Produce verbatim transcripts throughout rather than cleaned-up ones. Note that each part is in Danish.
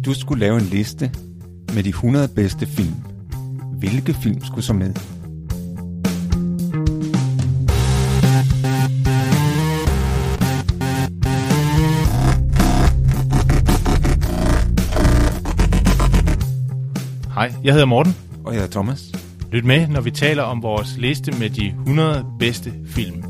du skulle lave en liste med de hundrede bedste film, hvilke film skulle så med? Hej, jeg hedder Morten. Og jeg hedder Thomas. Lyt med, når vi taler om vores liste med de hundrede bedste film.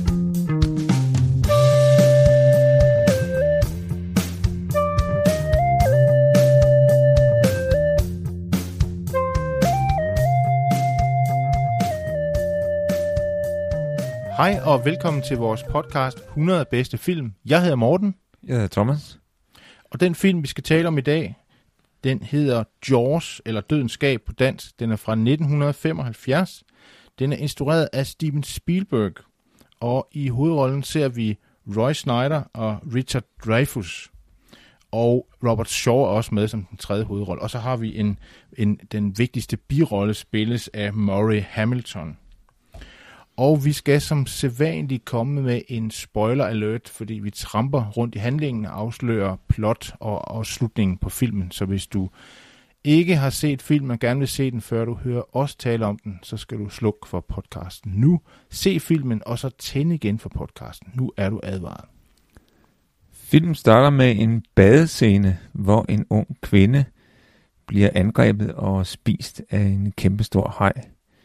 Hej og velkommen til vores podcast hundrede bedste film. Jeg hedder Morten. Jeg hedder Thomas. Og den film, vi skal tale om i dag, den hedder Jaws, eller Dødens Skab på dansk. Den er fra nitten femoghalvfjerds. Den er instrueret af Steven Spielberg. Og i hovedrollen ser vi Roy Schneider og Richard Dreyfuss. Og Robert Shaw er også med som den tredje hovedrolle. Og så har vi en, en, den vigtigste birolle spilles af Murray Hamilton. Og vi skal som sædvanligt komme med en spoiler alert, fordi vi tramper rundt i handlingen og afslører plot og, og slutningen på filmen. Så hvis du ikke har set filmen og gerne vil se den, før du hører os tale om den, så skal du slukke for podcasten nu. Se filmen, og så tænd igen for podcasten. Nu er du advaret. Filmen starter med en badescene, hvor en ung kvinde bliver angrebet og spist af en kæmpestor haj.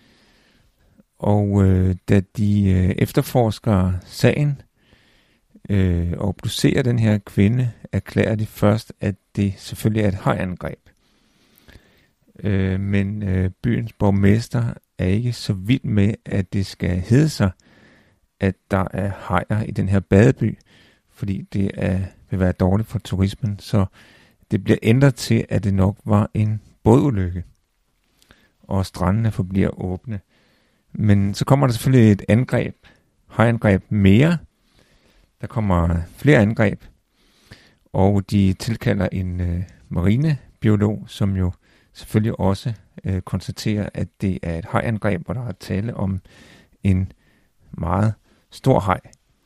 Og øh, da de øh, efterforsker sagen øh, og obducerer den her kvinde, erklærer de først, at det selvfølgelig er et hajangreb. Øh, men øh, byens borgmester er ikke så vild med, at det skal hedde sig, at der er hajer i den her badeby, fordi det er, vil være dårligt for turismen. Så det bliver ændret til, at det nok var en bådulykke, og strandene forbliver åbne. Men så kommer der selvfølgelig et angreb, hajangreb mere. Der kommer flere angreb, og de tilkalder en øh, marinebiolog, som jo selvfølgelig også øh, konstaterer, at det er et hajangreb, hvor der er tale om en meget stor haj.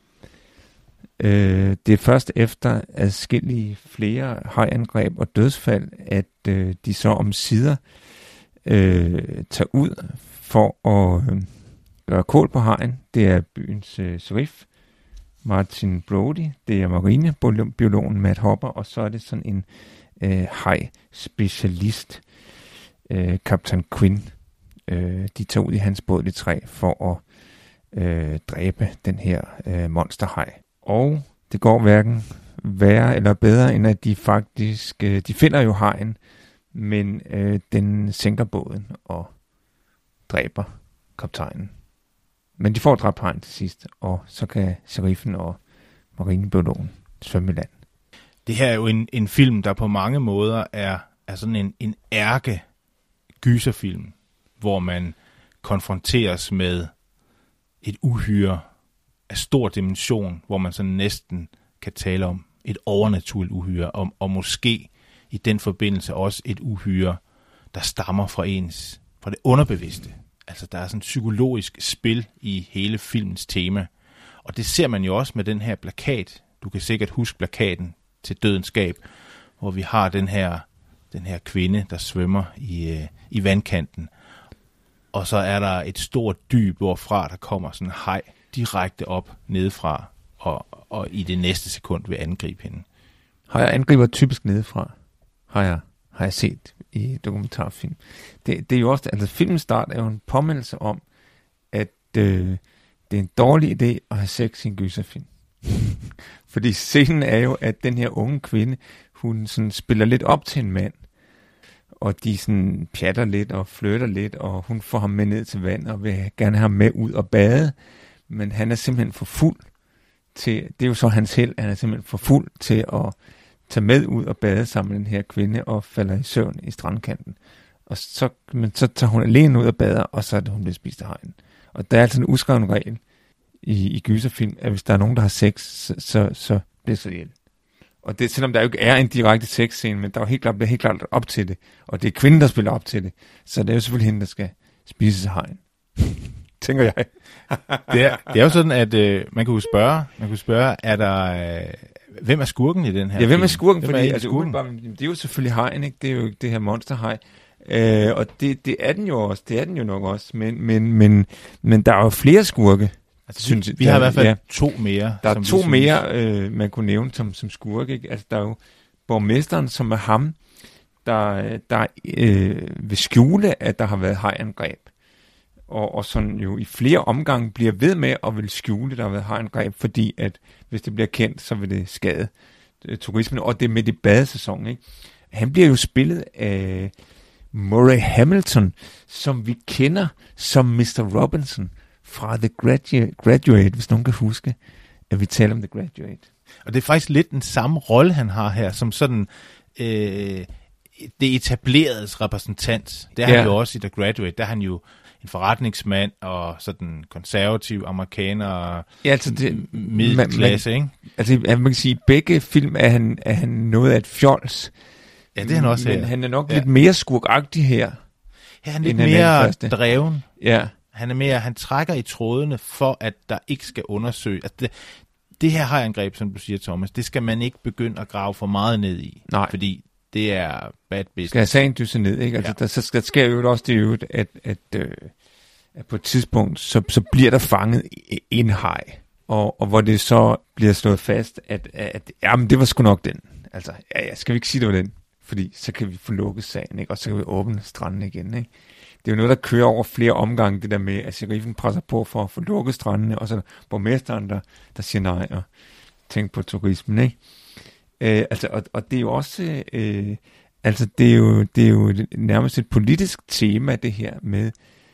Øh, det er først efter adskillige flere hajangreb og dødsfald, at øh, de så omsider øh, tager ud for at øh, gøre kål på hajen. Det er byens øh, sheriff, Martin Brody, det er marinebiologen Matt Hopper, og så er det sådan en øh, haj-specialist, øh, Captain Quinn. Øh, de tager ud i hans båd i træ for at øh, dræbe den her øh, monsterhaj. Og det går hverken værre eller bedre, end at de faktisk, øh, de finder jo hajen, men øh, den sænker båden og dræber kaptajnen. Men de får dræbt hajen til sidst, og så kan sheriffen og marinebiologen svømme i land. Det her er jo en, en film, der på mange måder er, er sådan en, en ærke gyserfilm, hvor man konfronteres med et uhyre af stor dimension, hvor man sådan næsten kan tale om et overnaturligt uhyre, og, og måske i den forbindelse også et uhyre, der stammer fra ens, fra det underbevidste. Altså der er sådan et psykologisk spil i hele filmens tema. Og det ser man jo også med den her plakat. Du kan sikkert huske plakaten til Dødens Skab, hvor vi har den her, den her kvinde, der svømmer i, øh, i vandkanten. Og så er der et stort dyb, hvorfra der kommer sådan en haj direkte op nedefra, og, og i det næste sekund vil angribe hende. Hajer angriber typisk nedefra, har jeg, har jeg set i dokumentarfilm. Det, det er jo også, altså filmens start er jo en påmindelse om, at øh, det er en dårlig idé at have sex i en gyserfilm. Fordi scenen er jo, at den her unge kvinde, hun sådan spiller lidt op til en mand, og de sådan pjatter lidt og flytter lidt, og hun får ham med ned til vand og vil gerne have ham med ud og bade, men han er simpelthen for fuld til, det er jo så hans held, han er simpelthen for fuld til at tage med ud og bade sammen med den her kvinde og falder i søvn i strandkanten. Og så, men så tager hun alene ud og bader, og så er det, hun bliver spist af hajen. Og der er altså en uskreven regel i, i gyserfilm, at hvis der er nogen, der har sex, så, så, så bliver det ihjel. Og det, selvom der jo ikke er en direkte sexscene, men der er jo helt klart, bliver helt klart op til det. Og det er kvinden, der spiller op til det. Så det er jo selvfølgelig hende, der skal spises af hajen. Tænker jeg. det, er, det er jo sådan, at øh, man kunne spørge, man kunne spørge, er der, øh, Hvem er skurken i den her Ja, hvem er film? skurken? Hvem Fordi, er altså, skurken? bare, det er jo selvfølgelig hajen, ikke? Det er jo det her monsterhaj. Øh, og det, det er den jo også, det er den jo nok også, men, men, men, men der er jo flere skurke. Altså, synes, vi, vi har i hvert fald ja, to mere. Der er som to synes. mere, øh, man kunne nævne som, som skurke. Ikke? Altså, der er jo borgmesteren, som er ham, der, der øh, vil skjule, at der har været hajangreb. Og, og sådan jo i flere omgange bliver ved med at vil skjule, at der har været hajangreb, fordi at hvis det bliver kendt, så vil det skade øh, turismen. Og det er med i badesæson, ikke? Han bliver jo spillet af Murray Hamilton, som vi kender som mister Robinson fra The Graduate, hvis nogen kan huske, at vi taler om The Graduate. Og det er faktisk lidt den samme rolle, han har her, som sådan øh, det etableredes repræsentant. Det er ja. han jo også i The Graduate. Der er han jo en forretningsmand og sådan konservativ amerikaner, ja, altså det, middelklasse, man, man, ikke? Altså, man kan sige, i begge film er han, er han noget af et fjols. Ja, det er han også Men her. han er nok ja. lidt mere skurkagtig her. Ja, han er lidt mere dreven. Ja. Han er mere, han trækker i trådene for, at der ikke skal undersøge. Altså det, det her hajangreb, som du siger, Thomas, det skal man ikke begynde at grave for meget ned i. Nej. Fordi det er bad business. Skal jeg sagen dysse ned, ikke? Altså, ja. der, så, der sker jo også det jo, at, at, øh, at på et tidspunkt, så, så bliver der fanget en haj. Og, og hvor det så bliver slået fast, at, at jamen, det var sgu nok den. Altså, ja, ja, skal vi ikke sige, det var den? Fordi så kan vi få lukket sagen, ikke? Og så kan vi åbne stranden igen, ikke? Det er jo noget, der kører over flere omgange, det der med, at sheriffen presser på for at få lukket strandene, og så er der borgmesteren, der, der siger nej og tænker på turismen, ikke? Øh, altså, og, og det er jo også, øh, altså, det er jo, det er jo nærmest et politisk tema, det her med,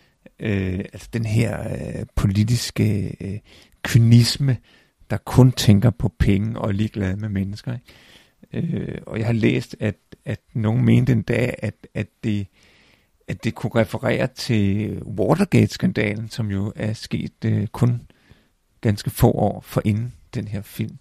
øh, altså, den her øh, politiske øh, kynisme, der kun tænker på penge og er ligeglad med mennesker, ikke? Øh, og jeg har læst, at, at nogen mente en dag, at, at, det, at det kunne referere til Watergate-skandalen, som jo er sket øh, kun ganske få år forinden den her film.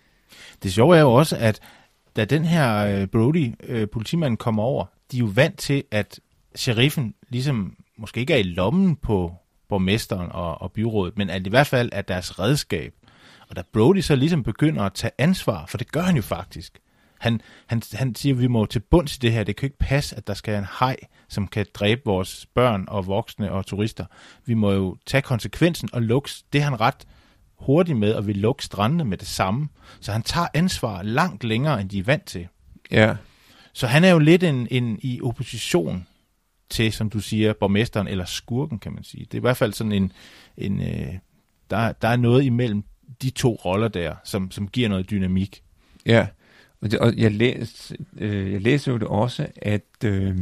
Det sjove er jo også, at da den her øh, Brody, øh, politimanden, kommer over, de er jo vant til, at sheriffen ligesom måske ikke er i lommen på borgmesteren og, og byrådet, men at i hvert fald er deres redskab. Og da Brody så ligesom begynder at tage ansvar, for det gør han jo faktisk. Han, han, han siger, at vi må til bunds i det her. Det kan ikke passe, at der skal en haj, som kan dræbe vores børn og voksne og turister. Vi må jo tage konsekvensen og lukke. Det er han ret hurtigt med, og vil lukke strandene med det samme. Så han tager ansvar langt længere, end de er vant til. Ja. Så han er jo lidt en, en i opposition til, som du siger, borgmesteren eller skurken, kan man sige. Det er i hvert fald sådan en... en øh, der, der er noget imellem de to roller der, som, som giver noget dynamik. Ja. Og, det, og jeg, læs, øh, jeg læser jo det også, at øh,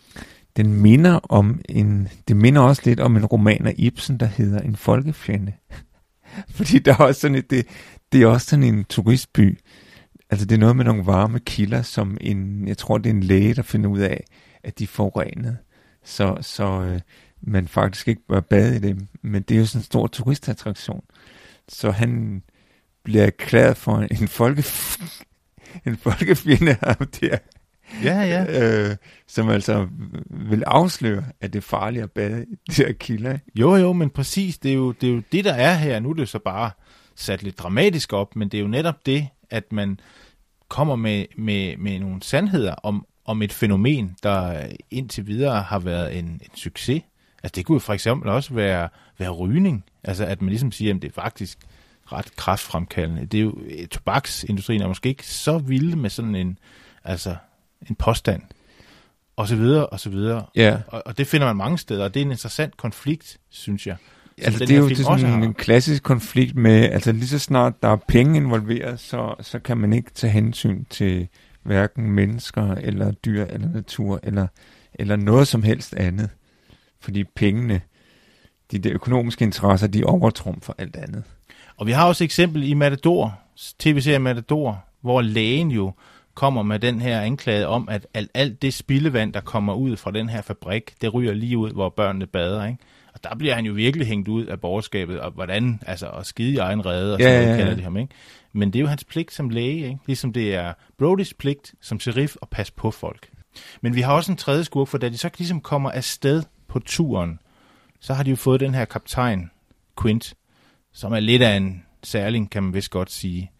den minder om en, det minder også lidt om en roman af Ibsen, der hedder En folkefjende. Fordi der er også sådan et, det, det er også sådan en turistby. Altså det er noget med nogle varme kilder, som en, jeg tror det er en læge, der finder ud af, at de er forurenet. Så, så øh, man faktisk ikke bør bade i dem. Men det er jo sådan en stor turistattraktion. Så han bliver erklæret for en folke en folkefjende ham der. Ja, ja. Øh, som altså vil afsløre, at det er farligt at bade i de her kilder. Jo, jo, men præcis, det er jo, det er jo det, der er her. Nu er det så bare sat lidt dramatisk op, men det er jo netop det, at man kommer med, med, med nogle sandheder om, om et fænomen, der indtil videre har været en, en succes. Altså det kunne jo for eksempel også være, være rygning. Altså at man ligesom siger, at det er faktisk ret kræftfremkaldende. Det er jo, tobaksindustrien er måske ikke så vild med sådan en, altså en påstand, og så videre, og så videre. Yeah. Og, og det finder man mange steder, og det er en interessant konflikt, synes jeg. Altså det er jo det er sådan en klassisk konflikt med, altså lige så snart der er penge involveret, så, så kan man ikke tage hensyn til hverken mennesker, eller dyr, eller natur, eller, eller noget som helst andet. Fordi pengene, de der økonomiske interesser, de overtrumfer alt andet. Og vi har også et eksempel i Matador, tv-serien Matador, hvor lægen jo kommer med den her anklage om, at alt, alt det spildevand, der kommer ud fra den her fabrik, det ryger lige ud, hvor børnene bader, ikke? Og der bliver han jo virkelig hængt ud af borgerskabet, og hvordan, altså at skide i egen rede, og sådan ja, noget, ja, ja. kalder det ham, ikke? Men det er jo hans pligt som læge, ikke? Ligesom det er Brodys pligt som sheriff at passe på folk. Men vi har også en tredje skurk, for da de så ligesom kommer afsted på turen, så har de jo fået den her kaptajn, Quint, som er lidt af en særling, kan man vist godt sige.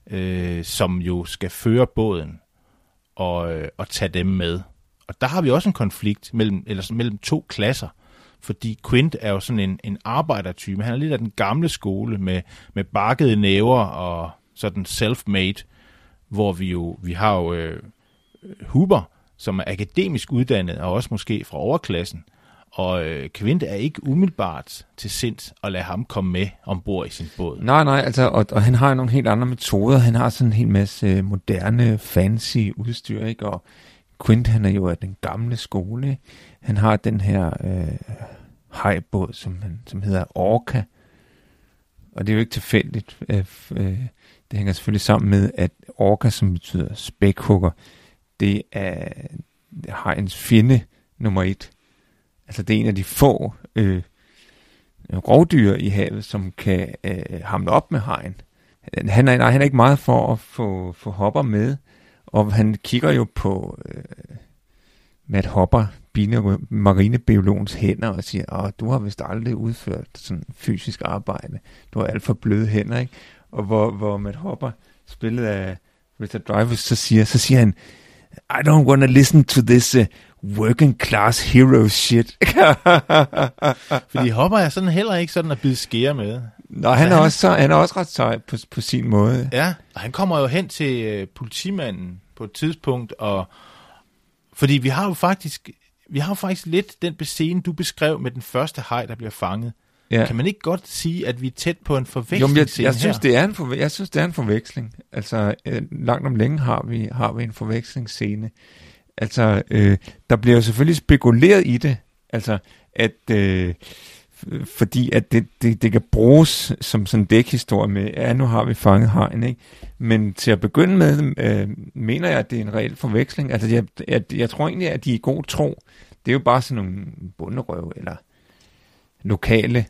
øh, som jo skal føre båden og, øh, og tage dem med. Og der har vi også en konflikt mellem, eller sådan, mellem to klasser, fordi Quint er jo sådan en, en arbejdertype. Han er lidt af den gamle skole med, med bakkede næver og sådan self-made, hvor vi jo vi har jo øh, Hooper, som er akademisk uddannet og også måske fra overklassen. Og øh, Quint er ikke umiddelbart til sinds at lade ham komme med ombord i sin båd. Nej, nej, altså, og, og han har nogle helt andre metoder. Han har sådan en hel masse moderne, fancy udstyr, ikke? Og Quint, han er jo af den gamle skole. Han har den her øh, hajbåd, som, han, som hedder Orca. Og det er jo ikke tilfældigt. Øh, øh, det hænger selvfølgelig sammen med, at Orca, som betyder spækhugger, det er hajens fjende nummer et. Altså det er en af de få øh, rovdyr i havet, som kan øh, hamle op med hajen. Han er, nej, han er ikke meget for at få, få Hopper med, og han kigger jo på øh, Matt Hopper, marinebiologens hænder, og siger, åh, du har vist aldrig udført sådan fysisk arbejde. Du har alt for bløde hænder, ikke? Og hvor, hvor Matt Hopper, spillet af Richard Dreyfuss, så siger, så siger han, I don't want to listen to this uh, working class hero shit. Fordi Hopper er sådan heller ikke sådan at bide skære med. Nå, han er, han, også, han er også ret sej på, på sin måde. Ja, og han kommer jo hen til uh, politimanden på et tidspunkt, og fordi vi har jo faktisk, vi har jo faktisk lidt den scene, du beskrev med den første haj, der bliver fanget. Ja. Kan man ikke godt sige, at vi er tæt på en forveksling? Jo, jeg, jeg, synes, det er en forve- jeg synes, det er en forveksling. Altså, øh, langt om længe har vi, har vi en forvekslingsscene. Altså, øh, der bliver jo selvfølgelig spekuleret i det. Altså, at øh, f- fordi at det, det, det kan bruges som sådan en dækhistorie med, ja, nu har vi fanget hajen, ikke? Men til at begynde med, øh, mener jeg, at det er en reel forveksling. Altså, jeg, jeg, jeg tror egentlig, at de er i god tro. Det er jo bare sådan nogle bunderøv, eller lokale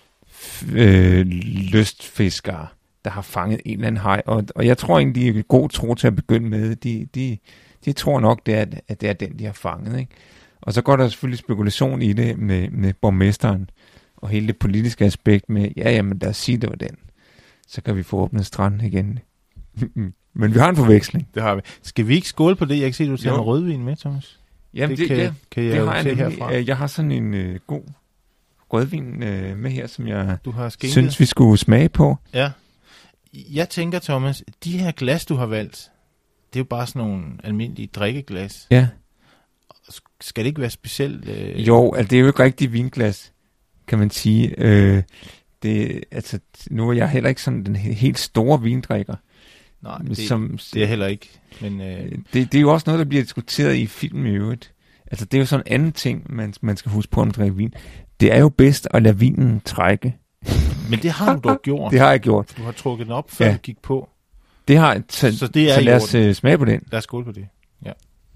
øh, lystfiskere, der har fanget en eller anden haj, og, og jeg tror egentlig, de er i god tro til at begynde med. De, de, de tror nok, det er, at det er den, de har fanget, ikke? Og så går der selvfølgelig spekulation i det med, med borgmesteren, og hele det politiske aspekt med, ja, jamen lad os sige, det var den. Så kan vi få åbnet stranden igen. Men vi har en forveksling. Det har vi. Skal vi ikke skåle på det? Jeg kan se, at du tager en rødvin med, Thomas. Jamen, det, det, kan, ja, kan jeg det har jeg nemlig. Jeg har sådan en øh, god rødvin øh, med her, som jeg du har synes, vi skulle smage på. Ja. Jeg tænker, Thomas, de her glas, du har valgt, det er jo bare sådan nogle almindelige drikkeglas. Ja. Skal det ikke være specielt? Øh... Jo, altså det er jo ikke rigtig vinglas, kan man sige. Øh, det, altså, nu er jeg heller ikke sådan den helt store vindrikker. Nej, det, som, det er heller ikke. Men, øh... det, det er jo også noget, der bliver diskuteret i film i øvrigt. Altså det er jo sådan en anden ting, man, man skal huske på, når man drikker vin. Det er jo bedst at lade vinen trække. Men det har du dog gjort. Det har jeg gjort. Du har trukket den op, før ja. du gik på. Det har så, så, det er så lad os uh, smage på den. Lad os skåle på det. Ja.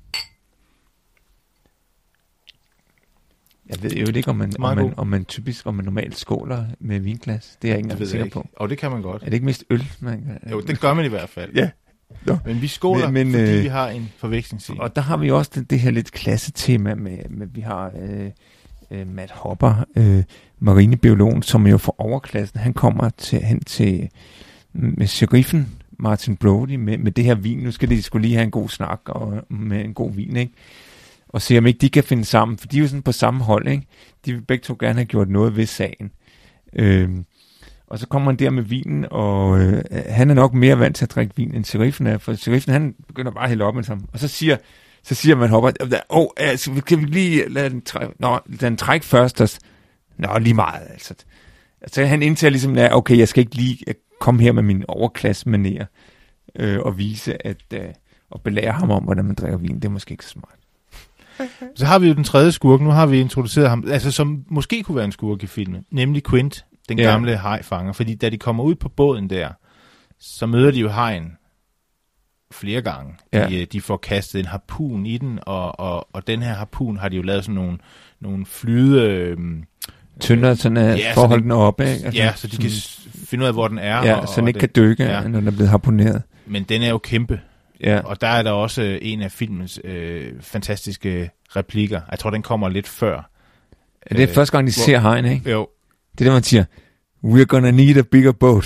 Jeg ved jo ikke, om man, om man, om man typisk, om man normalt skåler med vinglas. Det er jeg ikke engang sikker på. Og det kan man godt. Er det ikke mest øl? Man, jo, det gør man i hvert fald. Ja. Nå. Men vi skåler, men, men, fordi øh, vi har en forvekslingsscene. Og der har vi også det, det her lidt klassetema med, med vi har øh, øh, Matt Hopper, øh, marinebiologen, som er jo fra overklassen. Han kommer til, hen til med sheriffen Martin Brody med, med det her vin. Nu skal de skulle lige have en god snak og med en god vin, ikke? Og se om ikke de kan finde sammen, for de er jo sådan på samme hold, ikke? De vil begge to gerne have gjort noget ved sagen. Øh, Og så kommer han der med vinen, og øh, han er nok mere vant til at drikke vin, end sheriffen er, for sheriffen, han begynder bare at hælde op med ham. Og så siger, så siger man Hopper, åh, oh, altså, kan vi lige lade den trække, nå, lad den trække først, og, nå, lige meget, altså. Så han indtager ligesom, ja, okay, jeg skal ikke lige komme her med min overklassemanér, øh, og vise, at, øh, og belære ham om, hvordan man drikker vin. Det er måske ikke så smart. Så har vi jo den tredje skurk, nu har vi introduceret ham, altså som måske kunne være en skurk i filmen, nemlig Quint, den gamle ja. hajfanger, fordi da de kommer ud på båden der, så møder de jo hajen flere gange. Ja. De, de får kastet en harpun i den, og, og, og den her harpun har de jo lavet sådan nogle, nogle flyde... Øh, Tynder, sådan at ja, forhold den oppe, ikke? Altså, ja, så de sådan, kan finde ud af, hvor den er. Ja, og, så den ikke kan dykke, ja. når den er blevet harpuneret. Men den er jo kæmpe. Ja. Og der er der også en af filmens øh, fantastiske replikker. Jeg tror, den kommer lidt før. Ja, det er øh, første gang, de hvor, ser hajen, ikke? Jo. Det er det, man siger, we're gonna need a bigger boat.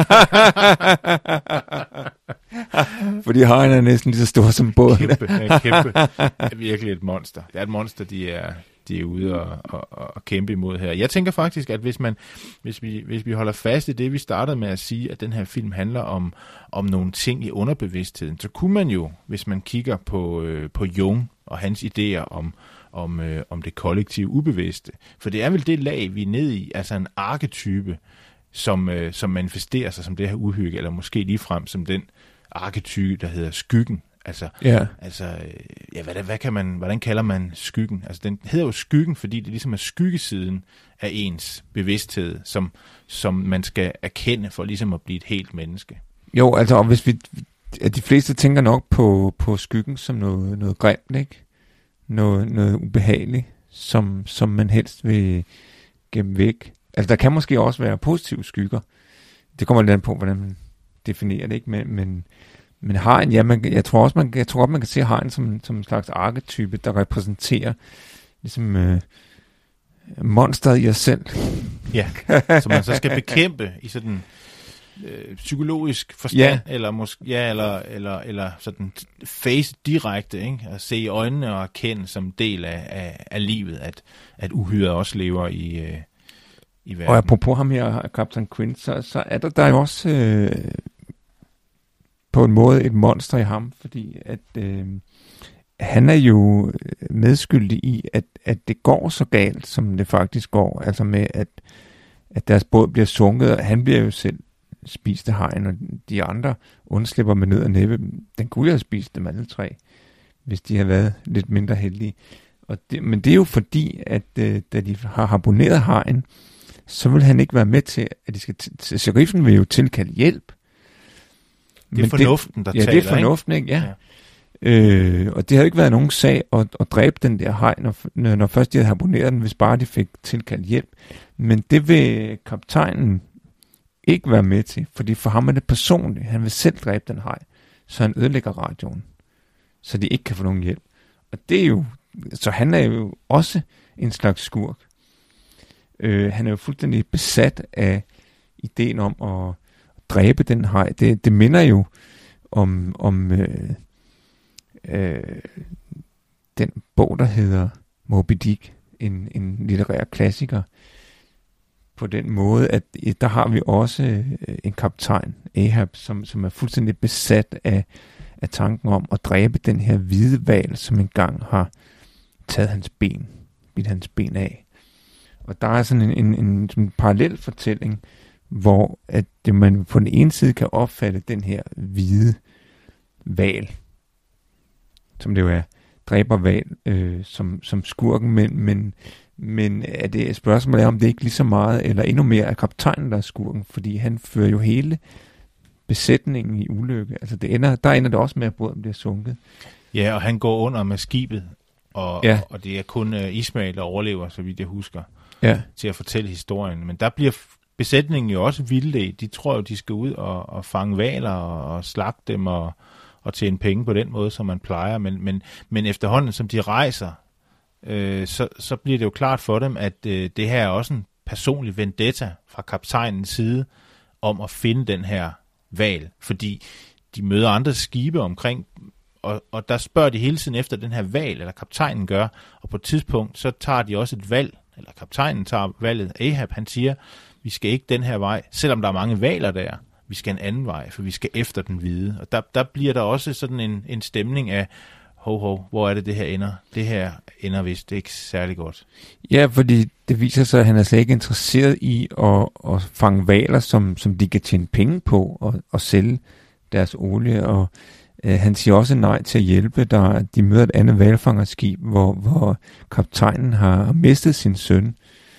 Fordi hajen er næsten lige så stor som båden. Kæmpe, er kæmpe. Er virkelig et monster. Det er et monster, de er, de er ude og, og, og kæmpe imod her. Jeg tænker faktisk, at hvis, man, hvis, vi, hvis vi holder fast i det, vi startede med at sige, at den her film handler om, om nogle ting i underbevidstheden, så kunne man jo, hvis man kigger på, øh, på Jung og hans idéer om, om, øh, om det kollektive ubevidste. For det er vel det lag, vi er nede i, altså en arketype, som, øh, som manifesterer sig som det her uhygge, eller måske ligefrem som den arketype, der hedder skyggen. Altså, ja. altså ja, hvad, hvad kan man, hvordan kalder man skyggen? Altså, den hedder jo skyggen, fordi det ligesom er skyggesiden af ens bevidsthed, som, som man skal erkende for ligesom at blive et helt menneske. Jo, altså, og hvis vi, de fleste tænker nok på, på skyggen som noget, noget grimt, ikke? Noget, noget ubehageligt, som, som man helst vil gemme væk. Altså, der kan måske også være positive skygger. Det kommer lidt an på, hvordan man definerer det, ikke? Men, men, men hajen, ja, man, jeg tror også, man, jeg tror godt, man kan se hajen som, som en slags arketype, der repræsenterer ligesom øh, monsteret i os selv. Ja, som man så skal bekæmpe i sådan øh, psykologisk forstand, ja. eller måske ja, eller eller eller sådan face direkte, ikke? At se i øjnene og erkende som del af, af, af livet, at at uhyret også lever i øh, i verden. Og apropos ham her, Kaptajn Quint, så, så er der der er jo også øh, på en måde et monster i ham, fordi at øh, han er jo medskyldig i, at, at det går så galt, som det faktisk går. Altså med, at, at deres båd bliver sunket, og han bliver jo selv spist af hajen, og de andre undslipper med nød og næppe. Den kunne jo have spist dem alle tre, hvis de havde været lidt mindre heldige. Og det, men det er jo fordi, at øh, da de har harponeret hajen, så vil han ikke være med til, at de skal t- sheriffen vil jo tilkalde hjælp. Det er men fornuften, der det, taler, Ja, det er fornuften, ikke? ikke? Ja. ja. Øh, og det havde ikke været nogen sag at, at dræbe den der haj, når, når først de havde harponeret den, hvis bare de fik tilkaldt hjælp. Men det vil kaptajnen ikke være med til, fordi for ham er det personligt. Han vil selv dræbe den haj, så han ødelægger radioen, så de ikke kan få nogen hjælp. Og det er jo, så han er jo også en slags skurk. Øh, han er jo fuldstændig besat af ideen om at dræbe den haj. Det, det minder jo om, om øh, øh, den bog, der hedder Moby Dick, en, en litterær klassiker. På den måde, at der har vi også øh, en kaptajn, Ahab, som, som er fuldstændig besat af, af tanken om at dræbe den her hvide hval, som engang har taget hans ben, bidt hans ben af. Og der er sådan en, en, en, en parallel fortælling, hvor at det, man på den ene side kan opfatte den her hvide hval, som det jo er, dræber hval øh, som, som skurken, men, men, men er det et spørgsmål er, om det ikke lige så meget, eller endnu mere er kaptajnen, der er skurken, fordi han fører jo hele besætningen i ulykke. Altså det ender, der ender det også med, at båden bliver sunket. Ja, og han går under med skibet, og, ja. og det er kun uh, Ismail, der overlever, så vidt jeg husker, ja. til at fortælle historien. Men der bliver besætningen jo også vilde. De tror jo, de skal ud og, og fange hvaler og, og slagte dem og, og tjene penge på den måde, som man plejer. Men, men, men efterhånden, som de rejser, øh, så, så bliver det jo klart for dem, at øh, det her er også en personlig vendetta fra kaptajnens side om at finde den her hval. Fordi de møder andre skibe omkring, og, og der spørger de hele tiden efter den her hval, eller kaptajnen gør. Og på et tidspunkt, så tager de også et valg, eller kaptajnen tager valget. Ahab, han siger, vi skal ikke den her vej, selvom der er mange hvaler der. Vi skal en anden vej, for vi skal efter den hvide. Og der, der bliver der også sådan en, en stemning af, hov, hov, hvor er det, det her ender? Det her ender vist ikke særlig godt. Ja, fordi det viser sig, at han er slet ikke interesseret i at, at fange hvaler, som, som de kan tjene penge på og, og sælge deres olie. Og øh, han siger også nej til at hjælpe. Der, de møder et andet hvalfangerskib, hvor, hvor kaptajnen har mistet sin søn.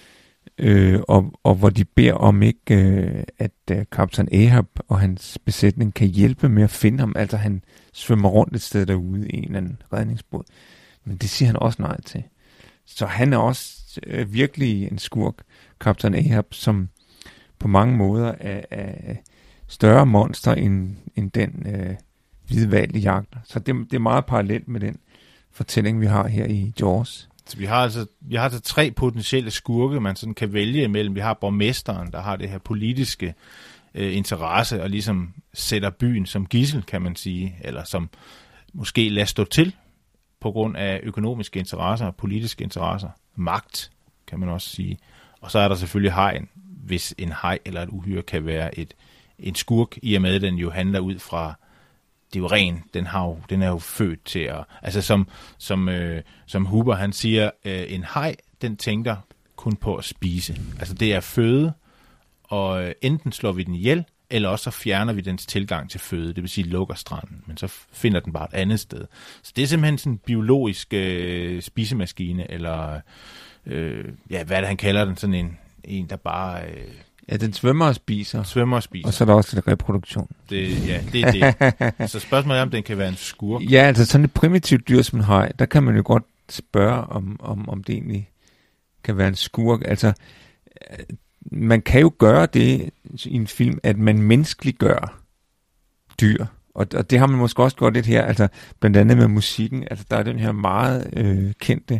Øh, og, og hvor de beder om ikke, øh, at øh, kaptajn Ahab og hans besætning kan hjælpe med at finde ham. Altså han svømmer rundt et sted derude i en eller anden redningsbåd. Men det siger han også nej til. Så han er også øh, virkelig en skurk, kaptajn Ahab, som på mange måder er, er større monster end, end den øh, hvide hval, de jagter. Så det, det er meget parallelt med den fortælling, vi har her i Jaws. Så vi har altså, vi har altså tre potentielle skurke, man sådan kan vælge imellem. Vi har borgmesteren, der har det her politiske øh, interesse, og ligesom sætter byen som gidsel, kan man sige, eller som måske lader stå til på grund af økonomiske interesser, politiske interesser, magt, kan man også sige. Og så er der selvfølgelig hajen, hvis en haj eller et uhyre kan være et, en skurk, i og med, at den jo handler ud fra, det er jo ren, den, har jo, den er jo født til at, altså som, som, øh, som Huber, han siger, øh, en haj, den tænker kun på at spise. Altså det er føde, og øh, enten slår vi den ihjel, eller også så fjerner vi dens tilgang til føde, det vil sige lukker stranden, men så finder den bare et andet sted. Så det er simpelthen sådan en biologisk øh, spisemaskine, eller øh, ja, hvad er det, han kalder den, sådan en, en der bare... Øh, ja, den svømmer og spiser. Svømmer og spiser. Og så er der også lidt reproduktion. Det, ja, det er det. Så spørgsmålet er, om den kan være en skurk. Ja, altså sådan et primitivt dyr som en haj, der kan man jo godt spørge, om, om, om det egentlig kan være en skurk. Altså, man kan jo gøre det i en film, at man menneskeliggør dyr. Og, og det har man måske også gjort lidt her, altså blandt andet med musikken. Altså, der er den her meget øh, kendte...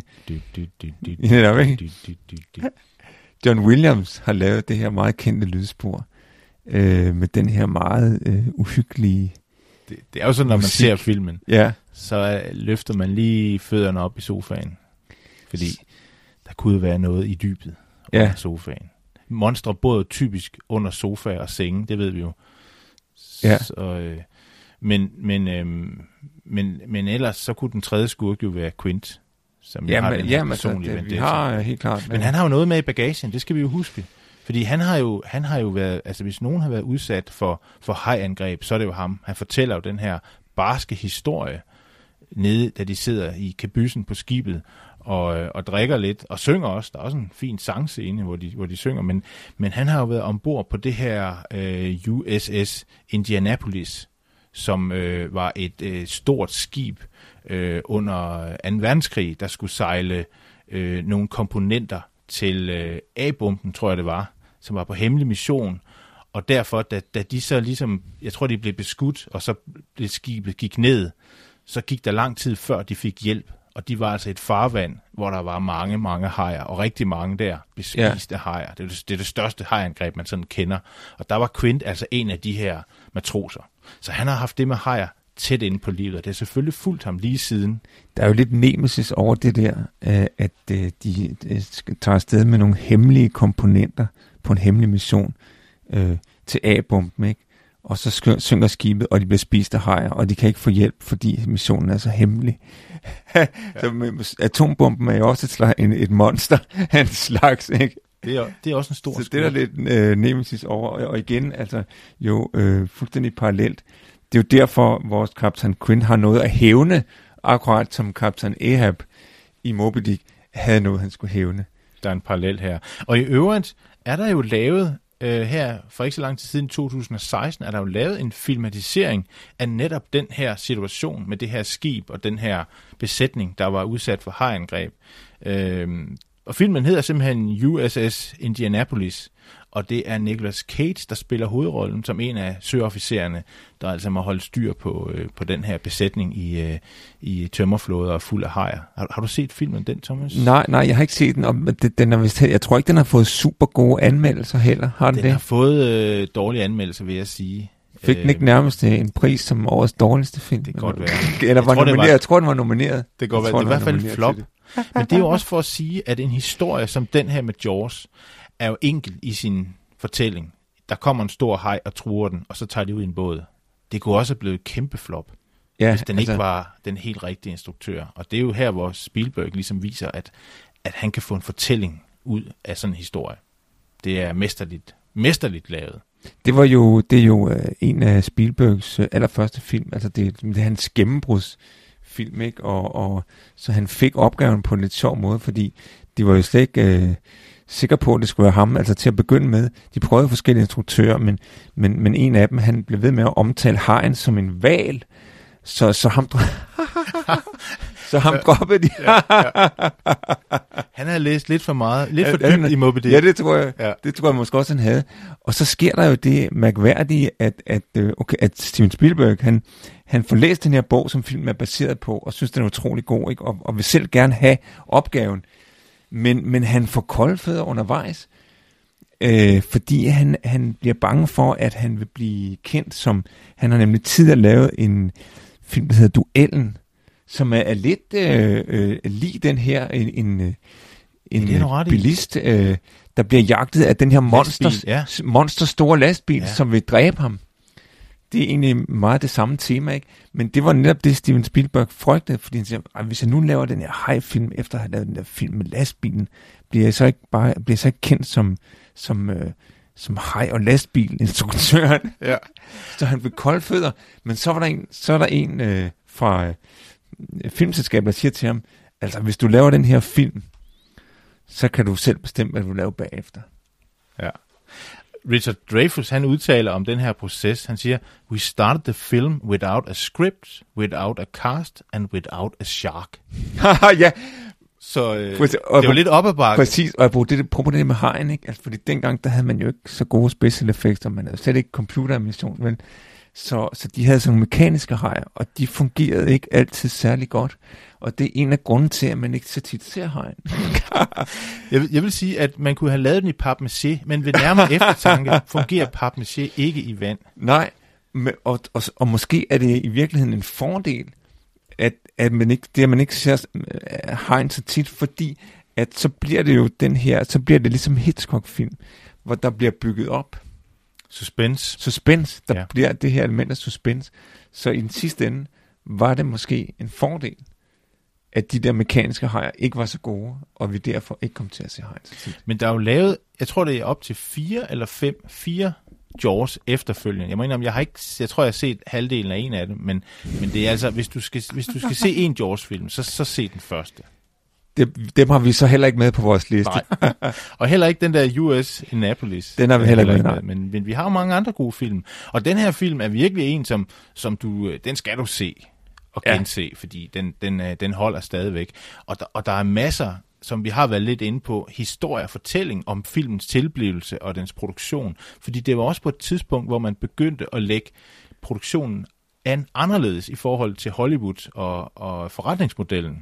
John Williams har lavet det her meget kendte lydspor øh, med den her meget øh, uhyggelige det, det er jo sådan, når musik. Man ser filmen, ja. Så øh, løfter man lige fødderne op i sofaen. Fordi der kunne være noget i dybet under ja. Sofaen. Monstre både typisk under sofaer og senge, det ved vi jo. Ja. Så, øh, men, men, øh, men, men ellers så kunne den tredje skurk jo være Quint. Som ja, har men, den ja, men så, det, vi har helt klart. Men han har jo noget med i bagagen, det skal vi jo huske. Fordi han har jo, han har jo været, altså hvis nogen har været udsat for, for hajangreb, så er det jo ham. Han fortæller jo den her barske historie, nede, da de sidder i kabysen på skibet, og, og drikker lidt, og synger også. Der er også en fin sangscene, hvor de, hvor de synger, men, men han har jo været ombord på det her øh, U S S Indianapolis, som øh, var et øh, stort skib øh, under anden verdenskrig, der skulle sejle øh, nogle komponenter til øh, A-bomben, tror jeg det var, som var på hemmelig mission, og derfor, da, da de så ligesom, jeg tror de blev beskudt, og så det skibet gik ned, så gik der lang tid før de fik hjælp, og de var altså et farvand, hvor der var mange, mange hajer, og rigtig mange der bespiste ja. hajer. Det er det, det er det største hajangreb, man sådan kender. Og der var Quint altså en af de her matroser. Så han har haft det med hajer tæt inde på livet, og det har selvfølgelig fulgt ham lige siden. Der er jo lidt nemesis over det der, at de tager afsted med nogle hemmelige komponenter på en hemmelig mission til A-bomben, ikke? Og så synger skibet, og de bliver spist af hajer, og de kan ikke få hjælp, fordi missionen er så hemmelig. Ja. Så atombomben er jo også et, slag, en, et monster af en slags, ikke? Det er, det er også en stor Så skud. Det er der lidt øh, nemesis over, og, og igen, altså jo øh, fuldstændig parallelt. Det er jo derfor, vores kaptajn Quint har noget at hævne, akkurat som kaptajn Ahab i Moby Dick havde noget, han skulle hævne. Der er en parallel her. Og i øvrigt er der jo lavet Uh, her for ikke så lang tid siden, to tusind og seksten, er der jo lavet en filmatisering af netop den her situation med det her skib og den her besætning, der var udsat for hajangreb. Uh, og filmen hedder simpelthen U S S Indianapolis, og det er Nicolas Cage, der spiller hovedrollen som en af søofficererne, der altså må holde styr på, uh, på den her besætning i, uh, i tømmerflåder og fuld af hajer. Har, har du set filmen, den, Thomas? Nej, nej, jeg har ikke set den. Og den er vist, jeg tror ikke, den har fået super gode anmeldelser heller. Har den, den det? har fået uh, dårlige anmeldelser, vil jeg sige. Fik den ikke nærmest en pris som årets dårligste film? Det kan godt være. Eller var jeg, tror, nomineret. Var, jeg tror, den var nomineret. Det kan godt være. Det er i hvert fald en flop. Men det er jo også for at sige, at en historie som den her med Jaws er jo enkel i sin fortælling. Der kommer en stor haj og truer den, og så tager de ud i en båd. Det kunne også have blevet et kæmpe flop, ja, hvis den altså ikke var den helt rigtige instruktør. Og det er jo her, hvor Spielberg ligesom viser, at, at han kan få en fortælling ud af sådan en historie. Det er mesterligt, mesterligt lavet. Det var jo, det er jo uh, en af Spielbergs uh, allerførste film. Altså det, det er hans gennembrudsfilm, ikke? Og, og så han fik opgaven på en lidt sjov måde, fordi de var jo slet ikke uh, sikre på, at det skulle være ham, altså til at begynde med. De prøvede forskellige instruktører, men, men, men en af dem, han blev ved med at omtale hajen som en hval. Så, så ham... Så ham droppede de. ja, ja. Han havde læst lidt for meget, lidt for dybt i Moby Dick. Ja, det tror jeg, ja. det tror jeg måske også, han havde. Og så sker der jo det mærkværdige, at, at, okay, at Steven Spielberg, han, han får læst den her bog, som filmen er baseret på, og synes, den er utrolig god, ikke? Og, og vil selv gerne have opgaven. Men, men han får kolde fødder undervejs, øh, fordi han, han bliver bange for, at han vil blive kendt som, han har nemlig tidligere lavet en film, der hedder Duellen, som er, er lidt øh, øh, lige den her, en, en, en bilist, øh, der bliver jagtet af den her monster, lastbil, ja. monster store lastbil, ja. som vil dræbe ham. Det er egentlig meget det samme tema, ikke? Men det var netop det, Steven Spielberg frygtede, fordi han siger, hvis jeg nu laver den her haj-film, efter at have lavet den der film med lastbilen, bliver jeg så ikke, bare, bliver jeg så ikke kendt som, som, øh, som haj- og lastbilinstruktøren. Ja. Så han blev kolde fødder. Men så, var der en, så er der en øh, fra øh, filmselskabet, der siger til ham, altså hvis du laver den her film, så kan du selv bestemme, hvad du laver bagefter. Ja. Richard Dreyfuss, han udtaler om den her proces, han siger, we started the film without a script, without a cast, and without a shark. Ja. Så øh, præcis, og det var lidt op ad bakke. Præcis, og jeg brugte det, prøv det med hajen, ikke? Altså, fordi dengang, der havde man jo ikke så gode special effects, og man havde slet ikke computeranimation, men så, så de havde sådan nogle mekaniske hajer, og de fungerede ikke altid særlig godt. Og det er en af grunden til, at man ikke så tit ser hajen. jeg, vil, jeg vil sige, at man kunne have lavet den i papmaché, men ved nærmere eftertanke fungerer papmaché ikke i vand. Nej, og, og, og måske er det i virkeligheden en fordel, at, at man ikke, det, at man ikke ser hajen så tit, fordi at så bliver det jo den her, så bliver det ligesom Hitchcock-film, hvor der bliver bygget op. Suspense. Suspense. Der ja. bliver det her element af suspense. Så i den sidste ende var det måske en fordel, at de der mekaniske hajer ikke var så gode, og vi derfor ikke kom til at se hajen så tit. Men der er jo lavet, jeg tror det er op til fire eller fem, fire Jaws efterfølgende. Jeg må indrømme, jeg har ikke, jeg tror jeg har set halvdelen af en af dem, men, men det er altså, hvis du skal, hvis du skal se en Jaws-film, så, så se den første. Det, dem har vi så heller ikke med på vores liste. Nej. Og heller ikke den der U S Annapolis. Den har vi heller ikke med. Men, men vi har jo mange andre gode film. Og den her film er virkelig en, som, som du, den skal du se og gense, ja. fordi den, den, den holder stadigvæk. Og der, og der er masser, som vi har været lidt inde på, historie og fortælling om filmens tilblivelse og dens produktion. Fordi det var også på et tidspunkt, hvor man begyndte at lægge produktionen an anderledes i forhold til Hollywood og, og forretningsmodellen.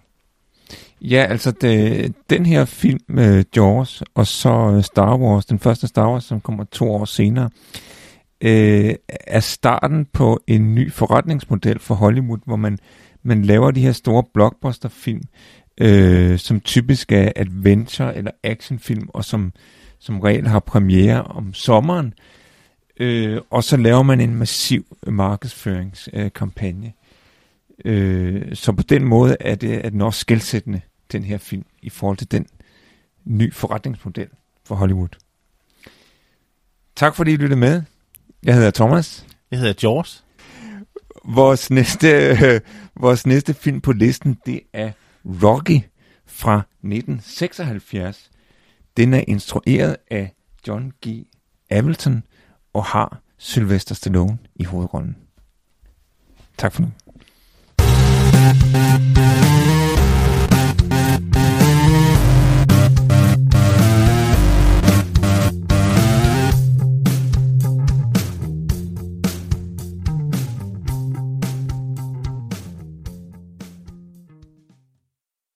Ja, altså det, den her film, uh, Jaws, og så Star Wars, den første Star Wars, som kommer to år senere, uh, er starten på en ny forretningsmodel for Hollywood, hvor man, man laver de her store blockbusterfilm, uh, som typisk er adventure- eller actionfilm, og som som regel har premiere om sommeren, uh, og så laver man en massiv markedsføringskampagne. Uh, Øh, så på den måde er det, er den også skelsættende, den her film, i forhold til den ny forretningsmodel for Hollywood. Tak fordi I lyttede med. Jeg hedder Thomas. Jeg hedder George. Vores næste, øh, vores næste film på listen, det er Rocky fra nitten seksoghalvfjerds. Den er instrueret af John G. Avildsen og har Sylvester Stallone i hovedrollen. Tak for nu. Thank you.